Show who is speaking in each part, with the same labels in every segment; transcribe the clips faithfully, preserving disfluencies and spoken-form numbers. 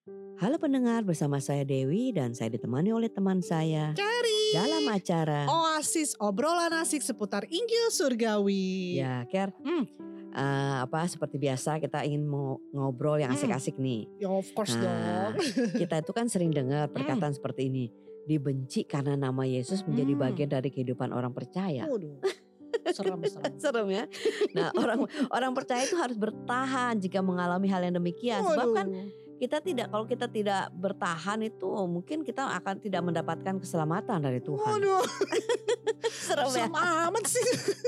Speaker 1: Halo pendengar, bersama saya Dewi dan saya ditemani oleh teman saya
Speaker 2: Carrie,
Speaker 1: dalam acara
Speaker 2: Oasis obrolan asik seputar Injil Surgawi.
Speaker 1: Ya, Ker.
Speaker 2: Hmm.
Speaker 1: Uh, apa seperti biasa kita ingin mau ngobrol yang
Speaker 2: Hmm.
Speaker 1: asik-asik nih.
Speaker 2: Ya of course
Speaker 1: Nah,
Speaker 2: dong.
Speaker 1: kita itu kan sering dengar perkataan
Speaker 2: Hmm.
Speaker 1: seperti ini. Dibenci karena nama Yesus menjadi
Speaker 2: Hmm.
Speaker 1: bagian dari kehidupan orang percaya.
Speaker 2: Waduh, serem-serem.
Speaker 1: Serem ya. Nah, orang orang percaya itu harus bertahan jika mengalami hal yang demikian. Sebab kan kita tidak, kalau kita tidak bertahan itu mungkin kita akan tidak mendapatkan keselamatan dari Tuhan.
Speaker 2: Waduh.
Speaker 1: Serem ya.
Speaker 2: Serem amat sih.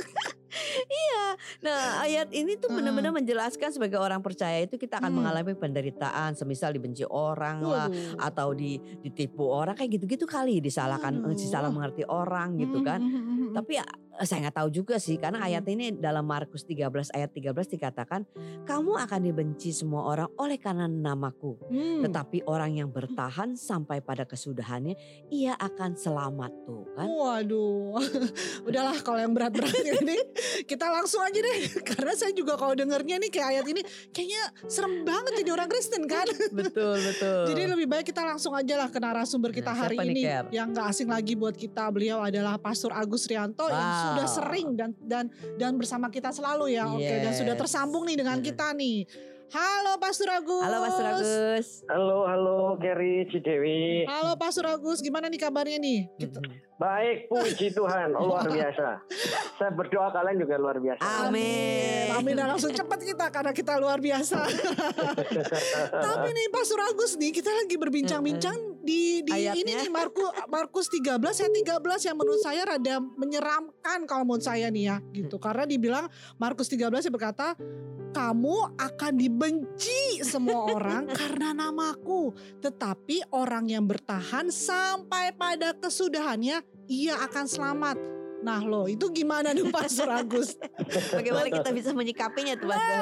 Speaker 1: Iya. Nah, ayat ini tuh benar-benar menjelaskan sebagai orang percaya itu kita akan
Speaker 2: Hmm.
Speaker 1: mengalami penderitaan, semisal dibenci orang lah,
Speaker 2: Waduh.
Speaker 1: atau di, ditipu orang kayak gitu-gitu kali, disalahkan,
Speaker 2: Waduh.
Speaker 1: disalah mengerti orang gitu kan.
Speaker 2: Hmm.
Speaker 1: Tapi ya saya nggak tahu juga sih, karena ayat ini dalam Markus tiga belas ayat tiga belas dikatakan, kamu akan dibenci semua orang oleh karena namaku.
Speaker 2: Hmm.
Speaker 1: Tetapi orang yang bertahan sampai pada kesudahannya, ia akan selamat tuh kan.
Speaker 2: Waduh. Udahlah kalau yang berat-berat ini kita langsung aja deh. Karena saya juga kalau dengernya nih kayak ayat ini kayaknya serem banget jadi orang Kristen kan.
Speaker 1: Betul, betul.
Speaker 2: Jadi lebih baik kita langsung aja lah ke narasumber kita
Speaker 1: Nah,
Speaker 2: hari
Speaker 1: siapa nih,
Speaker 2: ini.
Speaker 1: Ker?
Speaker 2: Yang gak asing lagi buat kita, beliau adalah Pastor Agus Rianto. Wow. Yang sudah sering dan dan dan bersama kita selalu ya. Yes. Oke, dan sudah tersambung nih dengan kita nih. Halo Pastor Agus.
Speaker 1: Halo Pastor Agus.
Speaker 3: Halo, halo Carrie, Cidewi.
Speaker 2: Halo Pastor Agus, gimana nih kabarnya nih? Kita...
Speaker 3: Baik, puji Tuhan, luar biasa. Saya berdoa kalian juga luar biasa.
Speaker 1: Amin.
Speaker 2: Amin, dan langsung cepat kita karena kita luar biasa. Tapi nih Pastor Agus nih, kita lagi berbincang-bincang di di
Speaker 1: Ayatnya.
Speaker 2: ini nih Markus Markus tiga belas ayat tiga belas yang menurut saya rada menyeramkan kalau menurut saya nih ya, gitu. Karena dibilang Markus tiga belas yang berkata, kamu akan dibenci semua orang karena namaku. Tetapi orang yang bertahan sampai pada kesudahannya, ia akan selamat. Nah loh, itu gimana nih Pastor Agus?
Speaker 1: Bagaimana kita bisa menyikapinya tuh Pastor?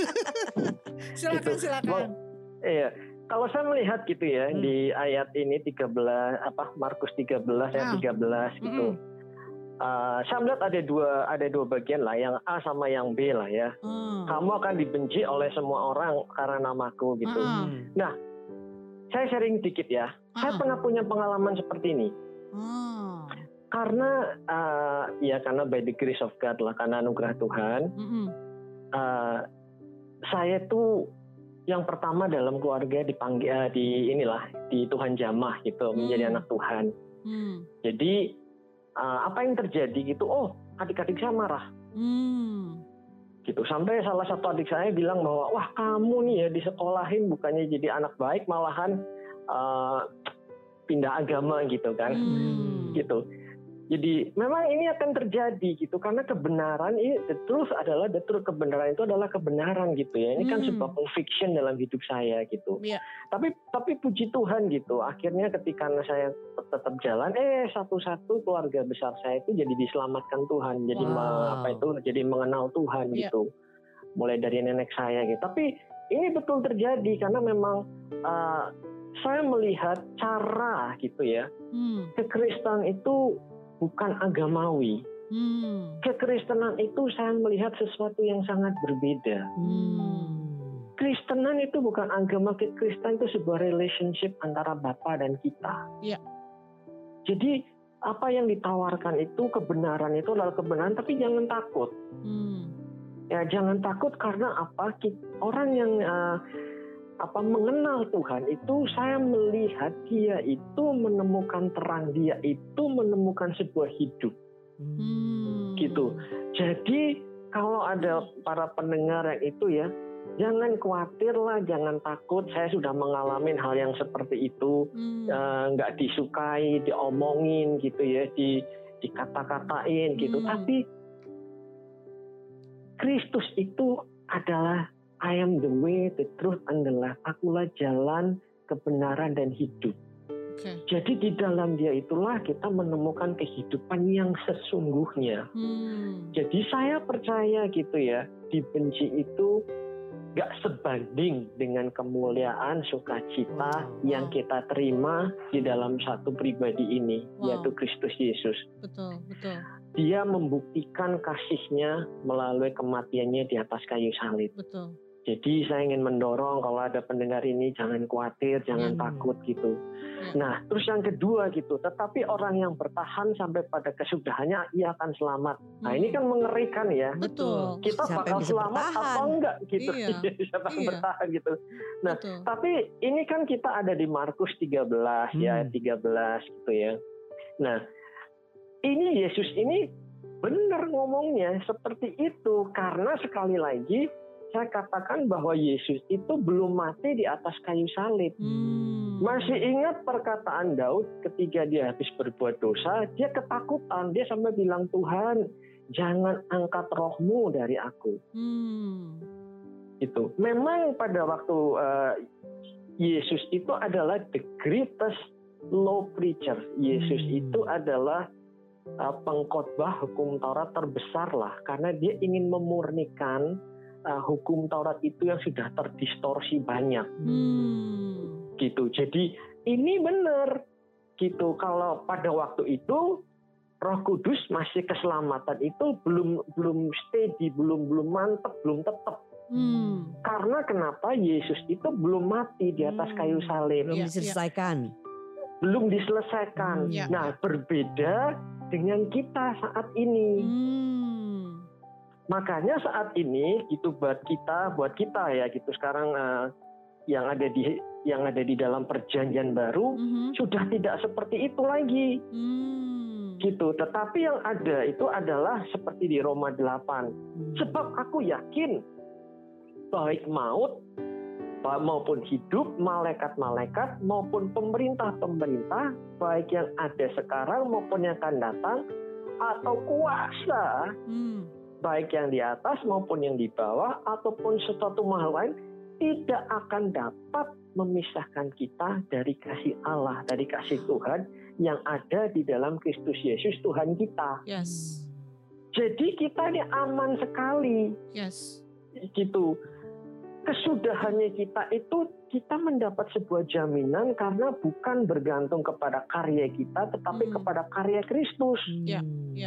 Speaker 2: Silakan, silakan.
Speaker 3: Iya, kalau saya melihat gitu ya,
Speaker 1: Hmm.
Speaker 3: di ayat ini tiga belas, apa Markus tiga belas ayat
Speaker 2: Ah.
Speaker 3: tiga belas gitu.
Speaker 2: Mm-mm.
Speaker 3: Uh, saya melihat ada dua ada dua bagian lah, yang A sama yang B lah ya.
Speaker 2: Hmm.
Speaker 3: Kamu akan dibenci oleh semua orang karena namaku gitu.
Speaker 2: Ah.
Speaker 3: Nah, saya sharing dikit ya. Saya
Speaker 2: Ah.
Speaker 3: pernah punya pengalaman seperti ini.
Speaker 2: Ah.
Speaker 3: Karena uh, ya karena by the grace of God lah, karena anugerah Tuhan.
Speaker 2: Mm-mm.
Speaker 3: Uh, saya tuh yang pertama dalam keluarga dipanggil uh, di inilah di Tuhan jamah gitu,
Speaker 2: Hmm.
Speaker 3: menjadi anak Tuhan.
Speaker 2: Hmm.
Speaker 3: Jadi uh, apa yang terjadi gitu? Oh, adik-adik saya marah.
Speaker 2: Hmm.
Speaker 3: Gitu, sampai salah satu adik saya bilang bahwa wah kamu nih ya disekolahin bukannya jadi anak baik malahan uh, pindah agama gitu kan.
Speaker 2: Hmm.
Speaker 3: Gitu. Jadi memang ini akan terjadi gitu, karena kebenaran ini, the truth adalah the truth, kebenaran itu adalah kebenaran gitu ya. Ini kan
Speaker 2: Hmm.
Speaker 3: sebuah conviction dalam hidup saya gitu.
Speaker 2: Iya.
Speaker 3: Tapi tapi puji Tuhan gitu, akhirnya ketika saya tetap jalan, eh satu-satu keluarga besar saya itu jadi diselamatkan Tuhan, jadi
Speaker 1: Wow.
Speaker 3: me- apa itu, jadi mengenal Tuhan
Speaker 2: Iya.
Speaker 3: gitu. Mulai dari nenek saya gitu. Tapi ini betul terjadi karena memang uh, saya melihat cara gitu ya.
Speaker 2: Hmm.
Speaker 3: Kekristenan itu bukan agamawi.
Speaker 2: Hmm.
Speaker 3: Kekristenan itu saya melihat sesuatu yang sangat berbeda.
Speaker 2: Hmm.
Speaker 3: Kristenan itu bukan agama, kekristenan itu sebuah relationship antara Bapa dan kita.
Speaker 2: Iya.
Speaker 3: Jadi apa yang ditawarkan itu, kebenaran itu adalah kebenaran, tapi jangan takut.
Speaker 2: Hmm.
Speaker 3: Ya jangan takut karena apa? Ki- Orang yang uh, apa mengenal Tuhan itu, saya melihat dia itu menemukan terang, dia itu menemukan sebuah hidup.
Speaker 2: Hmm.
Speaker 3: Gitu. Jadi kalau ada para pendengar yang itu ya, jangan khawatir lah, jangan takut. Saya sudah mengalami hal yang seperti itu,
Speaker 2: Hmm.
Speaker 3: eh, nggak disukai, diomongin gitu ya, di dikata-katain gitu.
Speaker 2: Hmm.
Speaker 3: Tapi Kristus itu adalah I am the way, the truth, and the life. Akulah jalan, kebenaran, dan hidup.
Speaker 2: Okay.
Speaker 3: Jadi di dalam dia itulah kita menemukan kehidupan yang sesungguhnya.
Speaker 2: Hmm.
Speaker 3: Jadi saya percaya gitu ya, dibenci itu gak sebanding dengan kemuliaan sukacita
Speaker 1: Wow.
Speaker 3: yang kita terima di dalam satu pribadi ini,
Speaker 2: Wow.
Speaker 3: yaitu Kristus Yesus.
Speaker 2: Betul, betul,
Speaker 3: Dia membuktikan kasihnya melalui kematiannya di atas kayu salib.
Speaker 2: betul.
Speaker 3: Jadi saya ingin mendorong kalau ada pendengar ini jangan khawatir, jangan
Speaker 1: Hmm.
Speaker 3: takut gitu. Nah, terus yang kedua gitu, tetapi orang yang bertahan sampai pada kesudahannya ia akan selamat. Nah, ini kan mengerikan ya.
Speaker 2: Betul.
Speaker 3: Kita
Speaker 1: Siapa yang
Speaker 3: bakal
Speaker 1: bisa
Speaker 3: selamat
Speaker 1: bertahan?
Speaker 3: atau enggak gitu.
Speaker 2: Iya.
Speaker 3: Siapa yang
Speaker 2: Iya.
Speaker 3: bertahan gitu. Nah,
Speaker 2: Betul.
Speaker 3: tapi ini kan kita ada di Markus tiga belas ya,
Speaker 1: Hmm.
Speaker 3: tiga belas gitu ya. Nah, ini Yesus ini benar ngomongnya seperti itu karena sekali lagi saya katakan bahwa Yesus itu belum mati di atas kayu salib.
Speaker 2: Hmm.
Speaker 3: Masih ingat perkataan Daud ketika dia habis berbuat dosa, dia ketakutan, dia sampai bilang, Tuhan jangan angkat rohmu dari aku.
Speaker 2: Hmm.
Speaker 3: Itu memang pada waktu uh, Yesus itu adalah the greatest law preacher. Yesus
Speaker 1: Hmm.
Speaker 3: itu adalah uh, pengkhotbah hukum Taurat terbesar lah, karena dia ingin memurnikan uh, hukum Taurat itu yang sudah terdistorsi banyak.
Speaker 2: Hmm.
Speaker 3: Gitu. Jadi ini benar gitu. Kalau pada waktu itu Roh Kudus masih keselamatan itu belum belum steady, belum belum mantap, belum tetap.
Speaker 2: Hmm.
Speaker 3: Karena kenapa Yesus itu belum mati di atas
Speaker 2: Hmm.
Speaker 3: kayu salib,
Speaker 1: Belum
Speaker 2: Iya,
Speaker 1: diselesaikan.
Speaker 3: belum diselesaikan.
Speaker 1: Hmm.
Speaker 2: Iya.
Speaker 3: Nah, berbeda dengan kita saat ini.
Speaker 2: Hmm.
Speaker 3: Makanya saat ini gitu buat kita, buat kita ya gitu sekarang uh, yang ada di yang ada di dalam perjanjian baru
Speaker 2: Mhm.
Speaker 3: sudah tidak seperti itu lagi.
Speaker 2: Hmm.
Speaker 3: Gitu. Tetapi yang ada itu adalah seperti di Roma delapan.
Speaker 1: Hmm.
Speaker 3: Sebab aku yakin baik maut maupun hidup, malaikat-malaikat maupun pemerintah-pemerintah, baik yang ada sekarang maupun yang akan datang, atau kuasa,
Speaker 2: Hmm.
Speaker 3: baik yang di atas maupun yang di bawah, ataupun sesuatu makhluk lain, tidak akan dapat memisahkan kita dari kasih Allah, dari kasih Tuhan yang ada di dalam Kristus Yesus Tuhan kita.
Speaker 2: Yes.
Speaker 3: Jadi kita ini aman sekali.
Speaker 2: Yes.
Speaker 3: Gitu. Kesudahannya kita itu kita mendapat sebuah jaminan karena bukan bergantung kepada karya kita tetapi
Speaker 2: Hmm.
Speaker 3: kepada karya Kristus.
Speaker 2: Ya,
Speaker 1: Hmm.
Speaker 2: ya.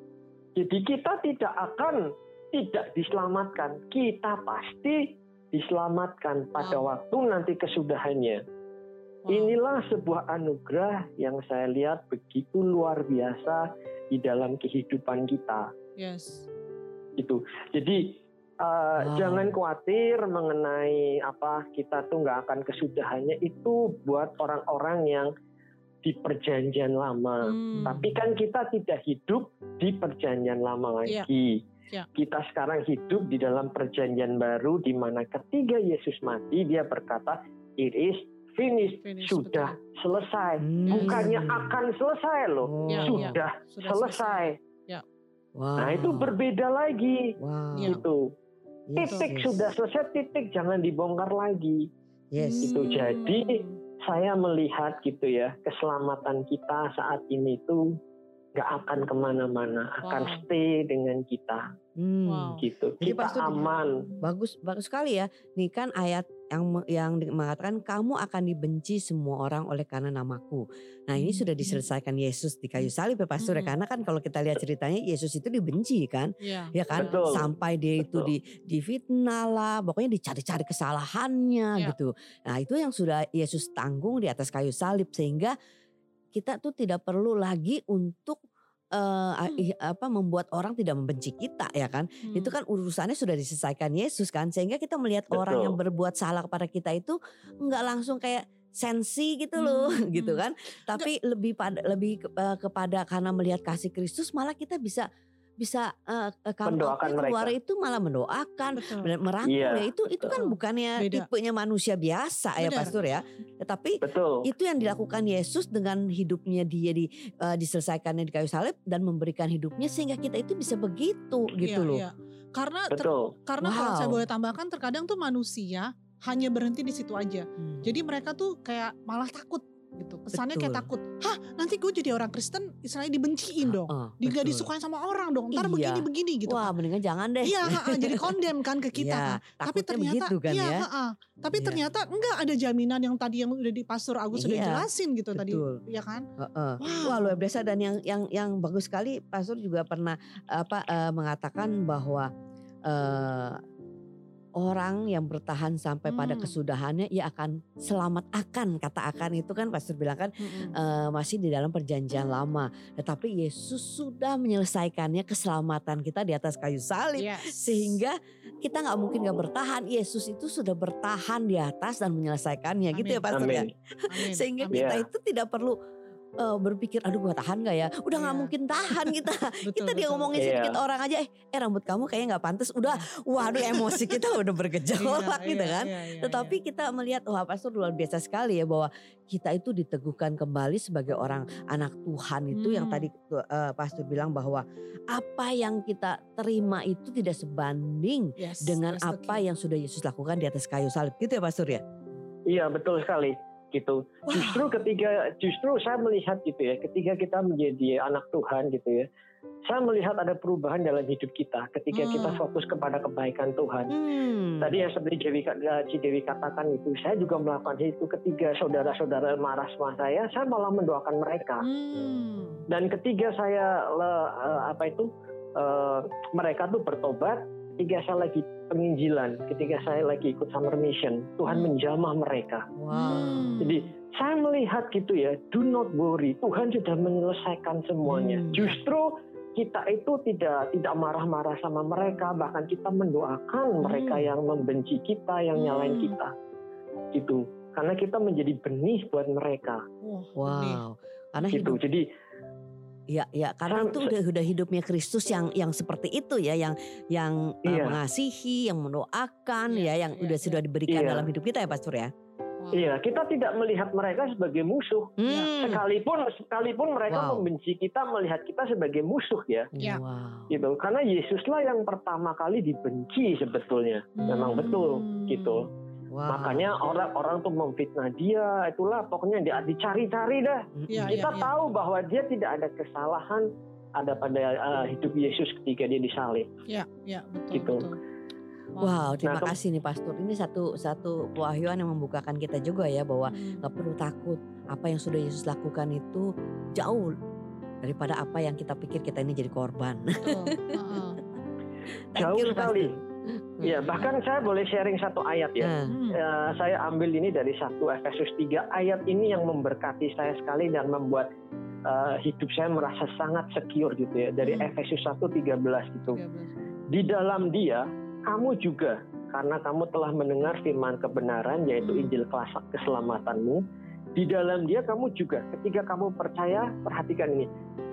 Speaker 3: Jadi kita tidak akan tidak diselamatkan. Kita pasti diselamatkan pada
Speaker 2: Wow.
Speaker 3: waktu nanti kesudahannya.
Speaker 2: Wow.
Speaker 3: Inilah sebuah anugerah yang saya lihat begitu luar biasa di dalam kehidupan kita.
Speaker 2: Yes.
Speaker 3: Gitu. Jadi Uh,
Speaker 1: Wow.
Speaker 3: jangan khawatir mengenai apa kita tuh nggak akan kesudahannya, itu buat orang-orang yang di perjanjian lama.
Speaker 2: Hmm.
Speaker 3: Tapi kan kita tidak hidup di perjanjian lama
Speaker 2: Iya.
Speaker 3: lagi.
Speaker 2: Iya.
Speaker 3: Kita sekarang hidup di dalam perjanjian baru di mana ketika Yesus mati dia berkata it is finished,
Speaker 2: Finish,
Speaker 3: sudah
Speaker 2: betul.
Speaker 3: selesai.
Speaker 1: Hmm.
Speaker 3: Bukannya akan selesai
Speaker 1: Oh.
Speaker 3: loh,
Speaker 2: Ya,
Speaker 3: sudah
Speaker 2: Sudah
Speaker 3: selesai.
Speaker 1: Wow.
Speaker 3: Nah itu berbeda lagi.
Speaker 1: Wow.
Speaker 2: Ya.
Speaker 3: Gitu.
Speaker 1: Yes,
Speaker 3: Titik
Speaker 1: yes.
Speaker 3: sudah selesai, titik jangan dibongkar lagi.
Speaker 1: Yes.
Speaker 3: Itu
Speaker 2: Hmm.
Speaker 3: jadi saya melihat gitu ya, keselamatan kita saat ini tuh gak akan kemana-mana, akan
Speaker 2: Wow.
Speaker 3: stay dengan kita
Speaker 1: Hmm.
Speaker 2: Wow.
Speaker 3: gitu.
Speaker 1: Jadi
Speaker 3: Kita
Speaker 1: Pastor,
Speaker 3: aman.
Speaker 1: Bagus, bagus sekali ya. Nih kan ayat yang me- yang di- mengatakan kamu akan dibenci semua orang oleh karena namaku. Nah ini
Speaker 2: Hmm.
Speaker 1: sudah diselesaikan Yesus di kayu salib ya Pastor ya.
Speaker 2: Hmm.
Speaker 1: Karena kan kalau kita lihat ceritanya Yesus itu dibenci kan.
Speaker 2: Ya.
Speaker 1: Ya kan,
Speaker 3: Betul.
Speaker 1: sampai dia itu
Speaker 3: Betul.
Speaker 1: di difitnah lah, pokoknya dicari-cari kesalahannya
Speaker 2: Ya.
Speaker 1: gitu. Nah itu yang sudah Yesus tanggung di atas kayu salib sehingga kita tuh tidak perlu lagi untuk eh, ih, apa membuat orang tidak membenci kita ya kan.
Speaker 2: Hmm.
Speaker 1: Itu kan urusannya sudah diselesaikan Yesus kan, sehingga kita melihat
Speaker 3: Betul.
Speaker 1: orang yang berbuat salah kepada kita itu nggak langsung kayak sensi gitu loh,
Speaker 2: Hmm,
Speaker 1: gitu
Speaker 2: hmm.
Speaker 1: kan. Tapi lebih pada lebih ke- eh, kepada karena melihat kasih Kristus malah kita bisa bisa eh, eh, kalau
Speaker 3: Mendoakan
Speaker 1: keluar
Speaker 3: mereka.
Speaker 1: itu malah mendoakan,
Speaker 2: Betul.
Speaker 1: mer- merangkul
Speaker 3: Iya,
Speaker 1: ya. Itu itu kan
Speaker 2: betul.
Speaker 1: bukannya
Speaker 2: Beda.
Speaker 1: tipenya manusia biasa ya
Speaker 2: Benar.
Speaker 1: Pastor ya. Tetapi
Speaker 3: Betul.
Speaker 1: itu yang dilakukan Yesus dengan hidupnya dia di eh, diselesaikannya di kayu salib dan memberikan hidupnya sehingga kita itu bisa begitu gitu
Speaker 2: Iya,
Speaker 1: loh.
Speaker 2: iya. Karena ter-
Speaker 3: Betul.
Speaker 2: karena kalau saya
Speaker 1: Wow.
Speaker 2: boleh tambahkan terkadang tuh manusia hanya berhenti di situ aja.
Speaker 1: Hmm.
Speaker 2: Jadi mereka tuh kayak malah takut gitu. Kesannya kayak
Speaker 1: Betul.
Speaker 2: takut. Hah, nanti gue jadi orang Kristen istilahnya dibenciin dong.
Speaker 1: Oh,
Speaker 2: Di gak
Speaker 1: betul.
Speaker 2: disukain sama orang dong. Ntar
Speaker 1: Iya.
Speaker 2: begini-begini gitu
Speaker 1: Wah,
Speaker 2: kan.
Speaker 1: mendingan jangan deh.
Speaker 2: Iya, ha-ha, jadi kondem kan ke kita
Speaker 1: Iya,
Speaker 2: kan. Tapi
Speaker 1: takutnya
Speaker 2: ternyata
Speaker 1: begitu kan
Speaker 2: iya,
Speaker 1: ya.
Speaker 2: ha-ha. Tapi
Speaker 1: Iya.
Speaker 2: ternyata enggak ada jaminan yang tadi yang udah di Pastor Agus sudah
Speaker 1: Iya,
Speaker 2: jelasin gitu tadi.
Speaker 1: betul.
Speaker 2: Iya kan?
Speaker 1: Heeh.
Speaker 2: Wow.
Speaker 1: Wah luar biasa, dan yang yang yang bagus sekali Pastor juga pernah apa eh, mengatakan bahwa eh, orang yang bertahan sampai pada
Speaker 2: Hmm.
Speaker 1: kesudahannya ia akan selamat akan. Kata akan itu kan pastor bilang kan
Speaker 2: Mm-mm.
Speaker 1: eh, masih di dalam perjanjian lama. Tetapi Yesus sudah menyelesaikannya keselamatan kita di atas kayu salib.
Speaker 2: Yes.
Speaker 1: Sehingga kita nggak mungkin nggak bertahan. Yesus itu sudah bertahan di atas dan menyelesaikannya gitu ya
Speaker 2: Amin.
Speaker 1: pastor ya.
Speaker 3: Amin.
Speaker 2: Amin.
Speaker 1: Sehingga
Speaker 2: Amin.
Speaker 1: kita
Speaker 3: Ya.
Speaker 1: itu tidak perlu eh, berpikir aduh gua tahan gak ya. Udah nggak
Speaker 2: Iya.
Speaker 1: mungkin tahan kita.
Speaker 2: Betul,
Speaker 1: Kita dia
Speaker 2: betul.
Speaker 1: ngomongin
Speaker 3: Iya.
Speaker 1: sedikit orang aja eh, eh rambut kamu kayaknya nggak pantas. Udah waduh emosi kita udah bergejolak
Speaker 2: Iya,
Speaker 1: gitu
Speaker 2: iya,
Speaker 1: kan.
Speaker 2: iya, iya,
Speaker 1: Tetapi
Speaker 2: iya.
Speaker 1: kita melihat wah pastor luar biasa sekali ya bahwa kita itu diteguhkan kembali sebagai orang anak Tuhan itu yang
Speaker 2: Hmm.
Speaker 1: tadi eh, pastor bilang bahwa apa yang kita terima itu tidak sebanding
Speaker 2: Yes,
Speaker 1: dengan
Speaker 2: that's the
Speaker 1: apa
Speaker 2: key.
Speaker 1: yang sudah Yesus lakukan di atas kayu salib gitu ya pastor ya.
Speaker 3: Iya, betul sekali gitu. Justru ketika justru saya melihat gitu ya, ketika kita menjadi anak Tuhan gitu ya, saya melihat ada perubahan dalam hidup kita ketika
Speaker 2: Hmm.
Speaker 3: kita fokus kepada kebaikan Tuhan.
Speaker 1: Hmm.
Speaker 3: Tadi yang seperti Dewi, Ci Dewi katakan itu, saya juga melakukan itu ketika saudara-saudara marah sama saya, saya malah mendoakan mereka.
Speaker 2: Hmm.
Speaker 3: Dan ketika saya le- eh, apa itu eh, mereka tuh bertobat, ketika saya lagi penginjilan, ketika saya lagi ikut summer mission, Tuhan
Speaker 2: Hmm.
Speaker 3: menjamah mereka.
Speaker 1: Wow.
Speaker 3: Jadi saya melihat gitu ya, do not worry, Tuhan sudah menyelesaikan semuanya.
Speaker 1: Hmm.
Speaker 3: Justru kita itu tidak tidak marah-marah sama mereka, bahkan kita mendoakan
Speaker 2: Hmm.
Speaker 3: mereka yang membenci kita, yang nyalain
Speaker 2: Hmm.
Speaker 3: kita, gitu. Karena kita menjadi benih buat mereka,
Speaker 2: Wah, benih.
Speaker 1: Wow. Karena
Speaker 3: gitu.
Speaker 1: hidup
Speaker 3: Jadi
Speaker 1: ya ya karena
Speaker 3: Sam-
Speaker 1: itu udah udah hidupnya Kristus yang yang seperti itu ya yang yang uh,
Speaker 3: Iya.
Speaker 1: mengasihi, yang mendoakan
Speaker 2: Iya,
Speaker 1: ya yang
Speaker 2: iya,
Speaker 1: udah
Speaker 2: iya.
Speaker 1: sudah diberikan
Speaker 3: Iya.
Speaker 1: dalam hidup kita ya pastor ya.
Speaker 2: Wow.
Speaker 3: iya, kita tidak melihat mereka sebagai musuh.
Speaker 1: Hmm.
Speaker 3: Sekalipun sekalipun mereka
Speaker 1: Wow.
Speaker 3: membenci kita, melihat kita sebagai musuh ya,
Speaker 2: Ya.
Speaker 1: Wow.
Speaker 3: gitu. Karena Yesuslah yang pertama kali dibenci sebetulnya. Memang
Speaker 2: Hmm.
Speaker 3: betul, gitu.
Speaker 1: Wow.
Speaker 3: Makanya orang-orang tuh memfitnah dia, itulah pokoknya dia dicari-cari dah.
Speaker 1: Mm-mm.
Speaker 2: Iya,
Speaker 3: Kita
Speaker 2: iya.
Speaker 3: tahu bahwa dia tidak ada kesalahan ada pada uh, hidup Yesus ketika dia disalib.
Speaker 2: Ya, ya, betul,
Speaker 3: Gitu.
Speaker 2: betul.
Speaker 1: Wow, terima
Speaker 3: Nah, ke-
Speaker 1: kasih nih pastor. Ini satu satu pewahyuan yang membukakan kita juga ya bahwa
Speaker 2: Hmm.
Speaker 1: nggak perlu takut. Apa yang sudah Yesus lakukan itu jauh daripada apa yang kita pikir kita ini jadi korban.
Speaker 2: Betul. Heeh.
Speaker 1: Thank
Speaker 3: Jauh
Speaker 1: you,
Speaker 3: sekali.
Speaker 1: Pastor.
Speaker 3: Ya, bahkan saya boleh sharing satu ayat ya.
Speaker 1: Nah,
Speaker 2: Hmm.
Speaker 3: Eh, saya ambil ini dari satu Efesus tiga. Ayat ini yang memberkati saya sekali dan membuat eh, hidup saya merasa sangat secure gitu ya. Dari
Speaker 2: Hmm.
Speaker 3: Efesus satu tiga belas gitu.
Speaker 2: tiga belas.
Speaker 3: Di dalam dia, kamu juga, karena kamu telah mendengar firman kebenaran, yaitu
Speaker 2: Hmm.
Speaker 3: Injil kelas- keselamatanmu. Di dalam dia kamu juga, ketika kamu percaya, perhatikan ini,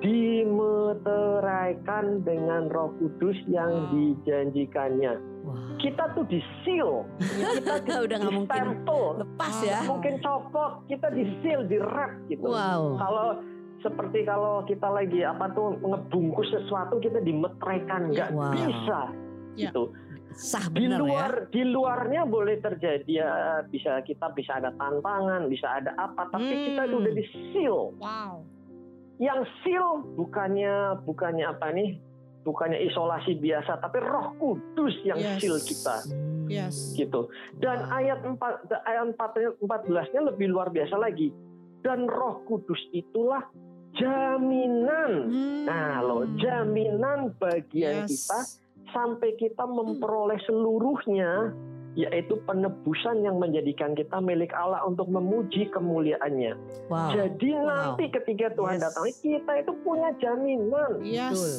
Speaker 3: dimeteraikan dengan Roh Kudus yang
Speaker 2: Wow.
Speaker 3: dijanjikannya.
Speaker 1: wow.
Speaker 3: Kita tuh di-seal, kita di,
Speaker 1: Udah nggak mungkin
Speaker 3: di-stempel,
Speaker 1: lepas
Speaker 2: Ah.
Speaker 1: ya.
Speaker 3: nggak mungkin copot, kita di-seal, di-wrap gitu.
Speaker 1: Wow.
Speaker 3: Kalau seperti kalau kita lagi apa tuh ngebungkus sesuatu, kita dimeteraikan, nggak
Speaker 1: Wow.
Speaker 3: bisa
Speaker 2: Ya.
Speaker 3: gitu.
Speaker 1: Sah
Speaker 3: Di
Speaker 1: benar ya.
Speaker 3: luar di luarnya boleh terjadi ya, bisa kita bisa ada tantangan, bisa ada apa, tapi
Speaker 1: Hmm.
Speaker 3: kita itu udah di seal.
Speaker 2: Wow.
Speaker 3: Yang seal bukannya bukannya apa nih? Bukannya isolasi biasa, tapi Roh Kudus yang
Speaker 2: Yes.
Speaker 3: seal kita
Speaker 1: Hmm.
Speaker 2: Yes.
Speaker 3: gitu. Dan
Speaker 1: Wow.
Speaker 3: ayat empat ayat empat belas-nya lebih luar biasa lagi. Dan Roh Kudus itulah jaminan.
Speaker 2: Hmm.
Speaker 3: Nah, loh, jaminan bagian
Speaker 2: Yes.
Speaker 3: kita sampai kita memperoleh seluruhnya, yaitu penebusan yang menjadikan kita milik Allah untuk memuji kemuliaannya.
Speaker 1: Wow.
Speaker 3: Jadi
Speaker 1: Wow.
Speaker 3: nanti ketika Tuhan
Speaker 1: Yes.
Speaker 3: datang, kita itu punya jaminan.
Speaker 2: Yes.
Speaker 1: Betul.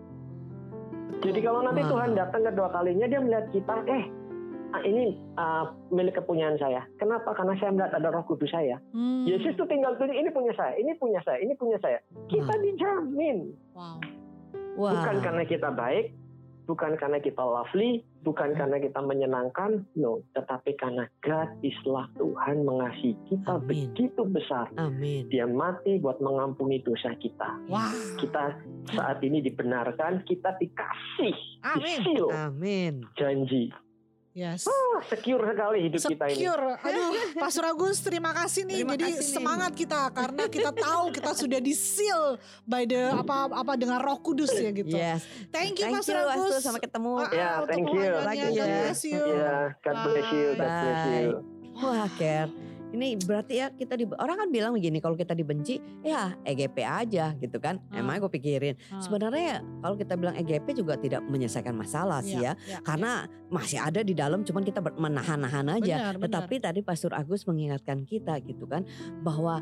Speaker 3: Jadi kalau nanti
Speaker 1: Wow.
Speaker 3: Tuhan datang kedua kalinya, dia melihat kita, eh ah, ini ah, milik kepunyaan saya. Kenapa? Karena saya melihat ada Roh Kudus saya.
Speaker 2: Hmm.
Speaker 3: Yesus tuh tinggal tulis, ini punya saya, ini punya saya, ini punya saya. Kita
Speaker 1: Wow.
Speaker 3: dijamin.
Speaker 2: Wow.
Speaker 1: Wow.
Speaker 3: Bukan karena kita baik, bukan karena kita lovely, bukan karena kita menyenangkan, no. Tetapi karena God islah, Tuhan mengasihi kita
Speaker 1: Amin.
Speaker 3: begitu besar.
Speaker 1: Amin.
Speaker 3: Dia mati buat mengampuni dosa kita.
Speaker 2: Wow.
Speaker 3: Kita saat ini dibenarkan, kita dikasih,
Speaker 2: Amin.
Speaker 3: di-seal,
Speaker 1: Amin.
Speaker 3: janji.
Speaker 2: Yes.
Speaker 3: Ah, secure sekali hidup kita ini.
Speaker 2: Secure. Aduh, Pastor Agus terima kasih nih.
Speaker 1: Terima
Speaker 2: Jadi
Speaker 1: kasih nih.
Speaker 2: semangat kita karena kita tahu kita sudah di seal by the apa apa dengan Roh Kudus ya gitu.
Speaker 1: Yes.
Speaker 2: Thank you
Speaker 1: Thank
Speaker 2: Pastor
Speaker 1: you,
Speaker 2: Agus.
Speaker 1: Pastor. Sampai ketemu.
Speaker 2: Ah,
Speaker 3: Ya,
Speaker 2: untuk
Speaker 3: thank you.
Speaker 2: pewahyuannya.
Speaker 1: Lagi
Speaker 2: God
Speaker 1: ya.
Speaker 2: bless you.
Speaker 3: Ya, God bless you, God bless you.
Speaker 1: Wah, Ker. Ini berarti ya kita di, orang kan bilang begini, kalau kita dibenci ya E G P aja gitu kan.
Speaker 2: Ah.
Speaker 1: Emang gue pikirin.
Speaker 2: Ah.
Speaker 1: Sebenarnya kalau kita bilang E G P juga tidak menyelesaikan masalah sih ya.
Speaker 2: Iya, iya,
Speaker 1: Karena masih ada di dalam, cuman kita ber- menahan-nahan aja.
Speaker 2: Benar, benar.
Speaker 1: Tetapi tadi Pastor Agus mengingatkan kita gitu kan, bahwa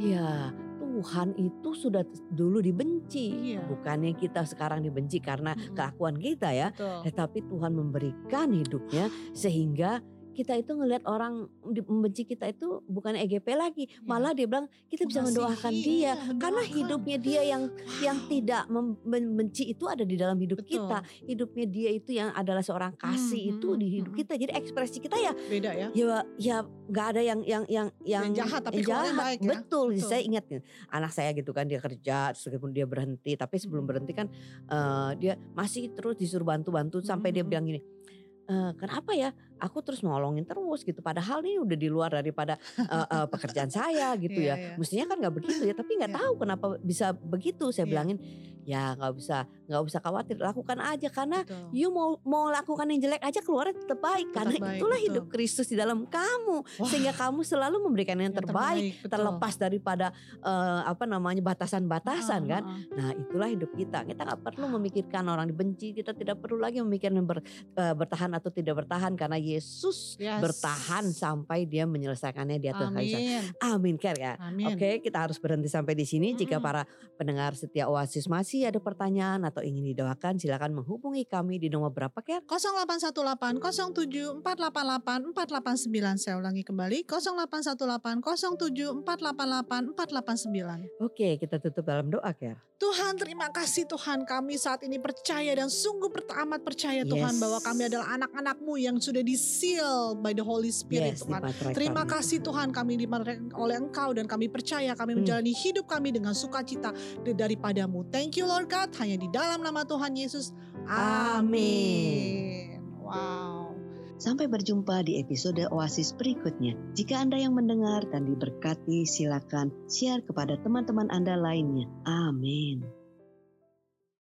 Speaker 1: ya Tuhan itu sudah dulu dibenci.
Speaker 2: Iya.
Speaker 1: Bukannya kita sekarang dibenci karena
Speaker 2: Mm-mm.
Speaker 1: kelakuan kita ya.
Speaker 2: Betul.
Speaker 1: Tetapi Tuhan memberikan hidupnya sehingga kita itu ngelihat orang di- membenci kita itu bukan E G P lagi,
Speaker 2: Iya.
Speaker 1: malah dia bilang kita bisa
Speaker 2: Mengasihi,
Speaker 1: mendoakan dia
Speaker 2: iya,
Speaker 1: karena
Speaker 2: mendoakan.
Speaker 1: hidupnya dia yang yang tidak mem- membenci itu ada di dalam hidup
Speaker 2: Betul.
Speaker 1: kita. Hidupnya dia itu yang adalah seorang kasih
Speaker 2: Hmm,
Speaker 1: itu
Speaker 2: hmm,
Speaker 1: di hidup
Speaker 2: hmm.
Speaker 1: kita. Jadi ekspresi kita ya
Speaker 2: Beda ya.
Speaker 1: ya ya nggak ada yang yang yang yang,
Speaker 2: Yang jahat, tapi
Speaker 1: yang
Speaker 2: keluarnya
Speaker 1: jahat.
Speaker 2: baik ya.
Speaker 1: Betul.
Speaker 2: Betul.
Speaker 1: Saya ingat nih, anak saya gitu kan, dia kerja meskipun dia berhenti, tapi sebelum
Speaker 2: Hmm.
Speaker 1: berhenti kan eh, dia masih terus disuruh bantu-bantu sampai dia
Speaker 2: Hmm.
Speaker 1: bilang gini, "Eh, kenapa ya aku terus nolongin terus gitu, padahal ini udah di luar daripada eh, eh, pekerjaan saya gitu
Speaker 2: Iya,
Speaker 1: ya.
Speaker 2: iya.
Speaker 1: Mestinya kan nggak begitu ya, tapi nggak
Speaker 2: Iya.
Speaker 1: tahu kenapa bisa begitu." Saya
Speaker 2: Iya.
Speaker 1: bilangin, ya nggak usah nggak usah khawatir, lakukan aja karena
Speaker 2: Betul.
Speaker 1: you mau mau lakukan yang jelek aja keluarnya tetap baik,
Speaker 2: Tetap
Speaker 1: karena
Speaker 2: baik,
Speaker 1: itulah
Speaker 2: betul.
Speaker 1: hidup Kristus di dalam kamu.
Speaker 2: Wah.
Speaker 1: Sehingga kamu selalu memberikan yang,
Speaker 2: Yang
Speaker 1: terbaik,
Speaker 2: betul.
Speaker 1: terlepas daripada eh, apa namanya batasan-batasan
Speaker 2: Ah,
Speaker 1: kan.
Speaker 2: ah, ah.
Speaker 1: Nah itulah hidup kita. Kita nggak perlu memikirkan orang dibenci. Kita tidak perlu lagi memikirkan ber- eh, bertahan atau tidak bertahan, karena Yesus
Speaker 2: Yes.
Speaker 1: bertahan sampai dia menyelesaikannya di atas kayu salib.
Speaker 2: Amin.
Speaker 1: Amin, Ker ya.
Speaker 2: Amin.
Speaker 1: Oke, kita harus berhenti sampai di sini. Jika
Speaker 2: Mm-mm.
Speaker 1: para pendengar setia Oasis masih ada pertanyaan atau ingin didoakan, silakan menghubungi kami di nomor berapa, Ker?
Speaker 2: nol delapan satu delapan nol tujuh empat delapan delapan empat delapan sembilan. Saya ulangi kembali nol delapan satu delapan nol tujuh empat delapan delapan empat delapan sembilan.
Speaker 1: Oke, kita tutup dalam doa, Ker.
Speaker 2: Tuhan, terima kasih Tuhan, kami saat ini percaya dan sungguh per- amat percaya Tuhan
Speaker 1: Yes.
Speaker 2: bahwa kami adalah anak-anak-Mu yang sudah di-seal by the Holy Spirit
Speaker 1: Yes,
Speaker 2: Tuhan.
Speaker 1: dipateraikan.
Speaker 2: Terima kasih Tuhan, kami dipateraikan oleh Engkau dan kami percaya kami
Speaker 1: Hmm.
Speaker 2: menjalani hidup kami dengan sukacita daripadamu. Thank you Lord God, hanya di dalam nama Tuhan Yesus. Amin. Wow.
Speaker 1: Sampai berjumpa di episode Oasis berikutnya. Jika Anda yang mendengar dan diberkati, silakan share kepada teman-teman Anda lainnya. Amin.